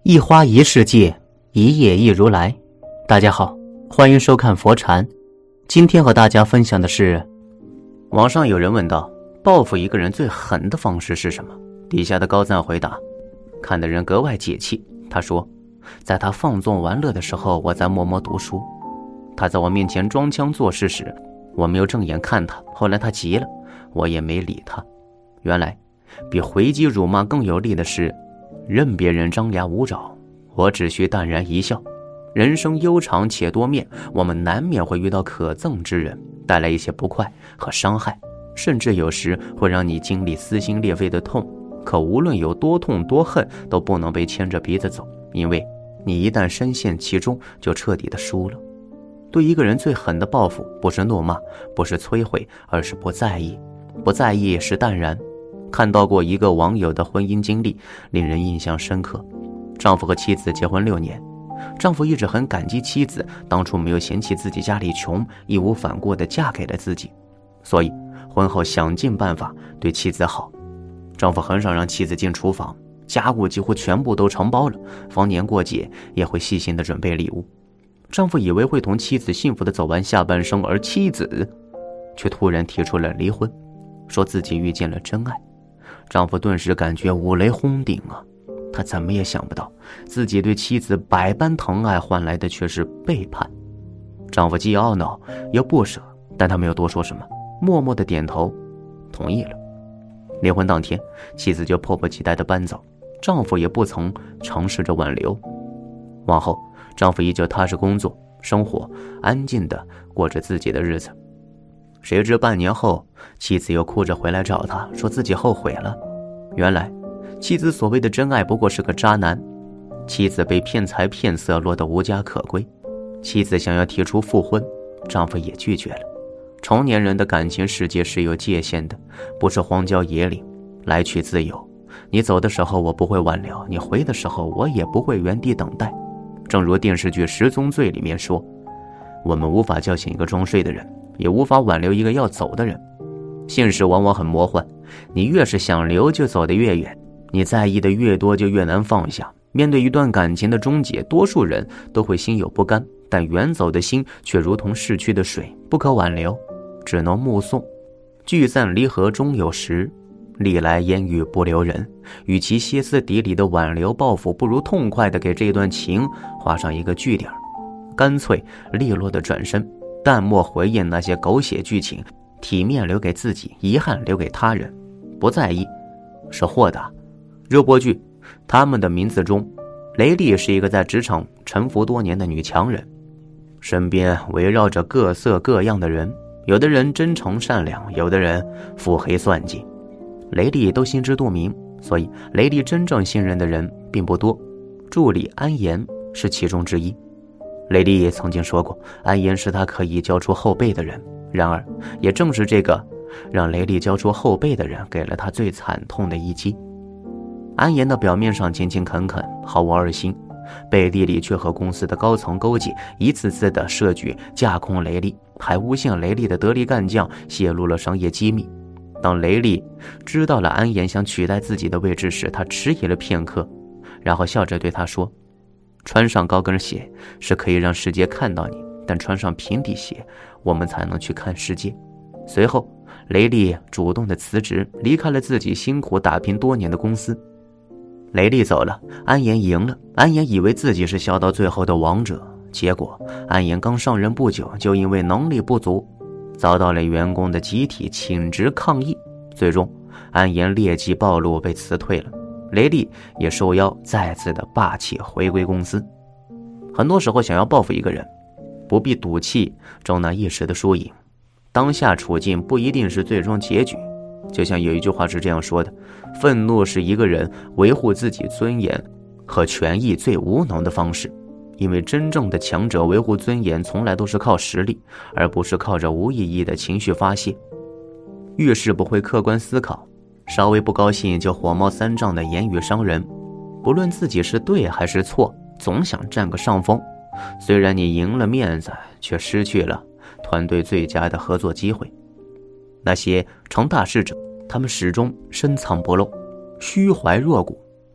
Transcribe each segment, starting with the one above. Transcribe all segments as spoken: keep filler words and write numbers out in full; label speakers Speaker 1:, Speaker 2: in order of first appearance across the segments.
Speaker 1: 一花一世界，一叶一如来。大家好，欢迎收看佛禅。今天和大家分享的是，网上有人问到，报复一个人最狠的方式是什么？底下的高赞回答，看的人格外解气。他说，在他放纵玩乐的时候，我在默默读书；他在我面前装腔作势时，我没有正眼看他。后来他急了，我也没理他。原来比回击辱骂更有力的是，任别人张牙舞爪，我只需淡然一笑。人生悠长且多面，我们难免会遇到可憎之人，带来一些不快和伤害，甚至有时会让你经历撕心裂肺的痛。可无论有多痛多恨，都不能被牵着鼻子走，因为你一旦深陷其中，就彻底的输了。对一个人最狠的报复，不是怒骂，不是摧毁，而是不在意。不在意是淡然。看到过一个网友的婚姻经历，令人印象深刻。丈夫和妻子结婚六年，丈夫一直很感激妻子当初没有嫌弃自己家里穷，义无反顾地嫁给了自己，所以婚后想尽办法对妻子好。丈夫很少让妻子进厨房，家务几乎全部都承包了，逢年过节也会细心地准备礼物。丈夫以为会同妻子幸福地走完下半生，而妻子却突然提出了离婚，说自己遇见了真爱。丈夫顿时感觉五雷轰顶啊！他怎么也想不到，自己对妻子百般疼爱换来的却是背叛。丈夫既懊恼又不舍，但他没有多说什么，默默地点头同意了。离婚当天，妻子就迫不及待地搬走，丈夫也不曾尝试着挽留。往后，丈夫依旧踏实工作生活，安静地过着自己的日子。谁知半年后，妻子又哭着回来找他，说自己后悔了。原来妻子所谓的真爱不过是个渣男，妻子被骗财骗色，落得无家可归。妻子想要提出复婚，丈夫也拒绝了。成年人的感情世界是有界限的，不是荒郊野岭，来去自由。你走的时候我不会挽留，你回的时候我也不会原地等待。正如电视剧《十宗罪》里面说，我们无法叫醒一个装睡的人，也无法挽留一个要走的人。现实往往很魔幻，你越是想留就走得越远，你在意的越多就越难放下。面对一段感情的终结，多数人都会心有不甘，但远走的心却如同逝去的水，不可挽留，只能目送。聚散离合终有时，历来烟雨不留人。与其歇斯底里的挽留报复，不如痛快地给这段情画上一个句点，干脆利落地转身，淡漠回应那些狗血剧情，体面留给自己，遗憾留给他人。不在意是豁达。热播剧《他们的名字》中，雷莉是一个在职场沉浮多年的女强人，身边围绕着各色各样的人，有的人真诚善良，有的人腹黑算计，雷莉都心知肚明，所以雷莉真正信任的人并不多。助理安岩是其中之一。雷莉也曾经说过，安岩是她可以交出后背的人。然而也正是这个让雷莉交出后背的人，给了她最惨痛的一击。安岩的表面上勤勤恳恳，毫无二心，背地里却和公司的高层勾结，一次次的设局架空雷莉，还诬陷雷莉的得力干将泄露了商业机密。当雷莉知道了安岩想取代自己的位置时，她迟疑了片刻，然后笑着对他说，穿上高跟鞋是可以让世界看到你，但穿上平底鞋，我们才能去看世界。随后雷莉主动的辞职，离开了自己辛苦打拼多年的公司。雷莉走了，安岩赢了。安岩以为自己是笑到最后的王者，结果安岩刚上任不久，就因为能力不足，遭到了员工的集体请职抗议。最终安岩劣迹暴露，被辞退了。雷莉也受邀再次的霸气回归公司。很多时候想要报复一个人，不必赌气争那一时的输赢，当下处境不一定是最终结局。就像有一句话是这样说的，愤怒是一个人维护自己尊严和权益最无能的方式。因为真正的强者维护尊严从来都是靠实力，而不是靠着无意义的情绪发泄。遇事不会客观思考，稍微不高兴就火冒三丈的言语伤人，不论自己是对还是错，总想占个上风。虽然你赢了面子，却失去了团队最佳的合作机会。那些成大事者，他们始终深藏不露，虚怀若谷，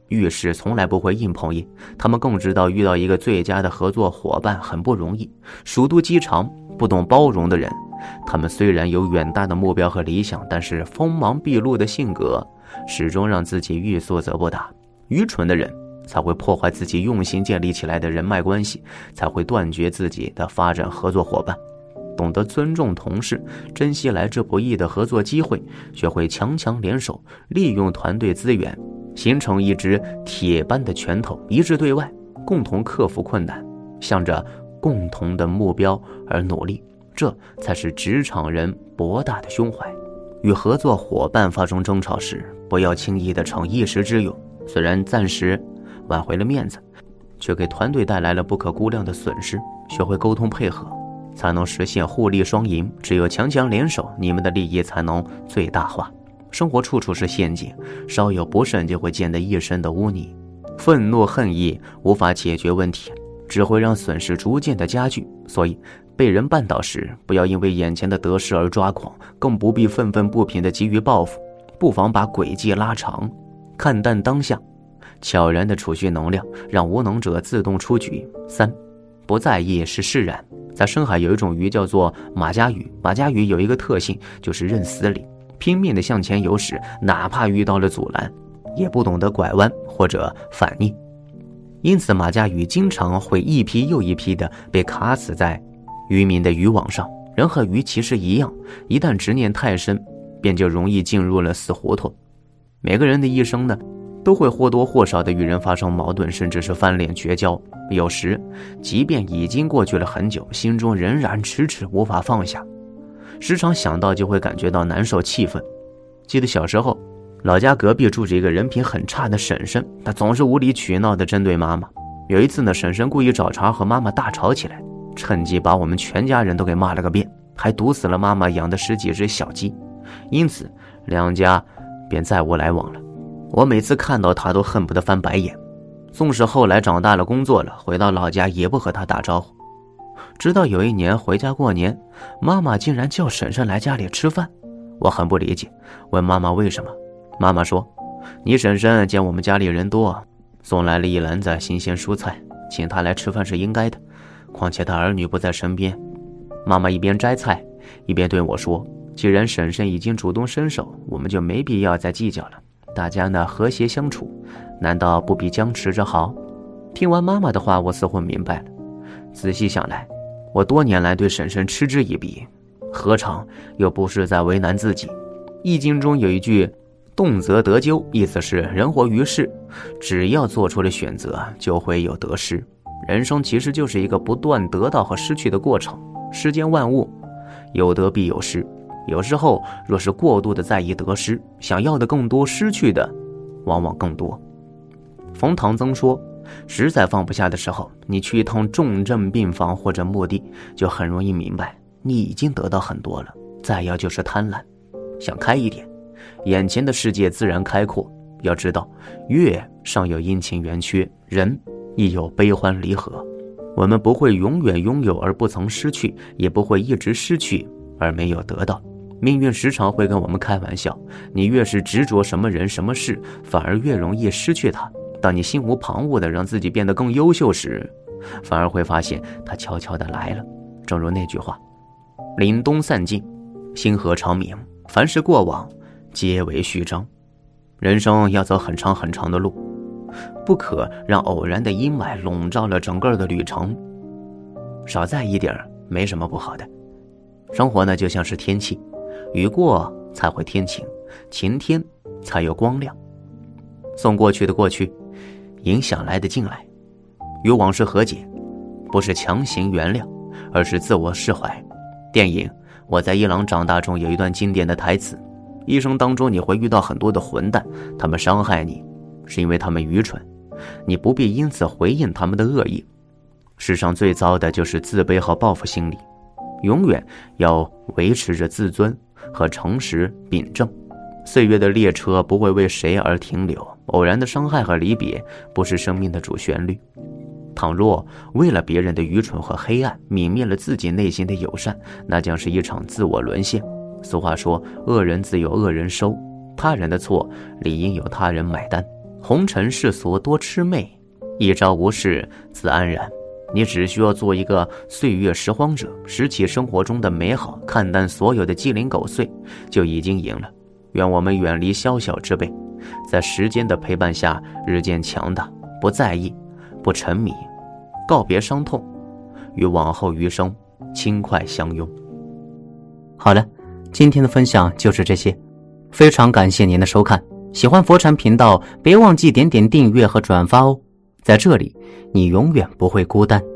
Speaker 1: 遇事从来不会硬碰硬，他们更知道遇到一个最佳的合作伙伴很不容易。鼠肚鸡肠、不懂包容的人，他们虽然有远大的目标和理想，但是锋芒毕露的性格始终让自己欲速则不达。愚蠢的人才会破坏自己用心建立起来的人脉关系，才会断绝自己的发展合作伙伴。懂得尊重同事，珍惜来之不易的合作机会，学会强强联手，利用团队资源，形成一只铁般的拳头，一致对外，共同克服困难，向着共同的目标而努力，这才是职场人博大的胸怀。与合作伙伴发生争吵时，不要轻易的逞一时之勇，虽然暂时挽回了面子，却给团队带来了不可估量的损失。学会沟通配合，才能实现互利双赢，只有强强联手，你们的利益才能最大化。生活处处是陷阱，稍有不慎就会溅得一身的污泥。愤怒恨意无法解决问题，只会让损失逐渐的加剧。所以被人绊倒时，不要因为眼前的得失而抓狂，更不必愤愤不平的急于报复，不妨把轨迹拉长，看淡当下，悄然的储蓄能量，让无能者自动出局。三，不在意是释然。在深海有一种鱼叫做马家鱼，马家鱼有一个特性，就是认死理，拼命的向前游时，哪怕遇到了阻拦，也不懂得拐弯或者反逆。因此马家鱼经常会一批又一批的被卡死在渔民的渔网上。人和鱼其实一样，一旦执念太深，便就容易进入了死胡同。每个人的一生呢，都会或多或少的与人发生矛盾，甚至是翻脸绝交。有时即便已经过去了很久，心中仍然迟迟无法放下，时常想到就会感觉到难受气愤。记得小时候，老家隔壁住着一个人品很差的婶婶，她总是无理取闹的针对妈妈。有一次呢，婶婶故意找茬和妈妈大吵起来，趁机把我们全家人都给骂了个遍，还毒死了妈妈养的十几只小鸡。因此两家便再无来往了。我每次看到她都恨不得翻白眼，纵使后来长大了工作了，回到老家也不和她打招呼。直到有一年回家过年，妈妈竟然叫婶婶来家里吃饭，我很不理解，问妈妈为什么。妈妈说，你婶婶见我们家里人多，送来了一篮子新鲜蔬菜，请她来吃饭是应该的，况且她儿女不在身边。妈妈一边摘菜一边对我说，既然婶婶已经主动伸手，我们就没必要再计较了，大家呢和谐相处，难道不比僵持着好？听完妈妈的话，我似乎明白了。仔细想来，我多年来对婶婶嗤之以鼻，何尝又不是在为难自己？易经中有一句动则得咎，意思是人活于世，只要做出了选择，就会有得失。人生其实就是一个不断得到和失去的过程，世间万物有得必有失，有时候若是过度的在意得失，想要的更多，失去的往往更多。冯唐曾说，实在放不下的时候，你去一趟重症病房或者墓地，就很容易明白你已经得到很多了，再要就是贪婪。想开一点，眼前的世界自然开阔。要知道，月上有阴晴圆缺，人亦有悲欢离合。我们不会永远拥有而不曾失去，也不会一直失去而没有得到。命运时常会跟我们开玩笑，你越是执着什么人什么事，反而越容易失去它。当你心无旁骛地让自己变得更优秀时，反而会发现它悄悄地来了。正如那句话，凛冬散尽，星河长明，凡是过往皆为序章。人生要走很长很长的路，不可让偶然的阴霾笼罩了整个的旅程。少在意点没什么不好的。生活呢就像是天气，雨过才会天晴，晴天才有光亮。送过去的过去，迎想来的进来。与往事和解，不是强行原谅，而是自我释怀。电影《我在伊朗长大》中有一段经典的台词，一生当中你会遇到很多的混蛋，他们伤害你是因为他们愚蠢，你不必因此回应他们的恶意。世上最糟的就是自卑和报复心理，永远要维持着自尊和诚实秉正。岁月的列车不会为谁而停留，偶然的伤害和离别不是生命的主旋律。倘若为了别人的愚蠢和黑暗泯灭了自己内心的友善，那将是一场自我沦陷。俗话说，恶人自有恶人收，他人的错理应由他人买单。 红尘世俗多魑魅，一朝无事自安然。你只需要做一个岁月拾荒者，拾起生活中的美好，看淡所有的鸡零狗碎，就已经赢了。愿我们远离宵小之辈，在时间的陪伴下日渐强大，不在意，不沉迷，告别伤痛，与往后余生轻快相拥。好了，今天的分享就是这些，非常感谢您的收看。喜欢佛禅频道，别忘记点点订阅和转发哦。在这里，你永远不会孤单。